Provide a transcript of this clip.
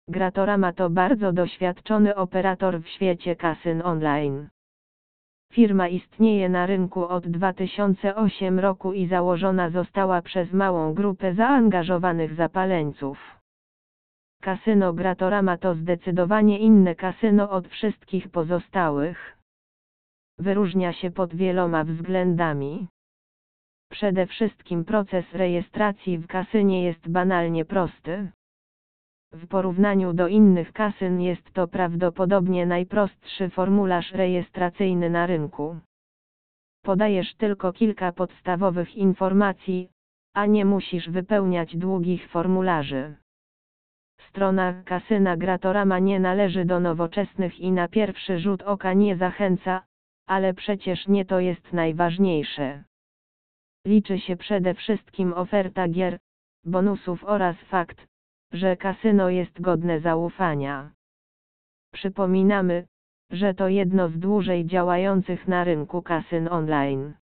Gratorama to bardzo doświadczony operator w świecie kasyn online. Firma istnieje na rynku od 2008 roku i założona została przez małą grupę zaangażowanych zapaleńców. Kasyno Gratorama to zdecydowanie inne kasyno od wszystkich pozostałych. Wyróżnia się pod wieloma względami. Przede wszystkim proces rejestracji w kasynie jest banalnie prosty. W porównaniu do innych kasyn jest to prawdopodobnie najprostszy formularz rejestracyjny na rynku. Podajesz tylko kilka podstawowych informacji, a nie musisz wypełniać długich formularzy. Strona kasyna Gratorama nie należy do nowoczesnych i na pierwszy rzut oka nie zachęca, ale przecież nie to jest najważniejsze. Liczy się przede wszystkim oferta gier, bonusów oraz fakt, że kasyno jest godne zaufania. Przypominamy, że to jedno z dłużej działających na rynku kasyn online.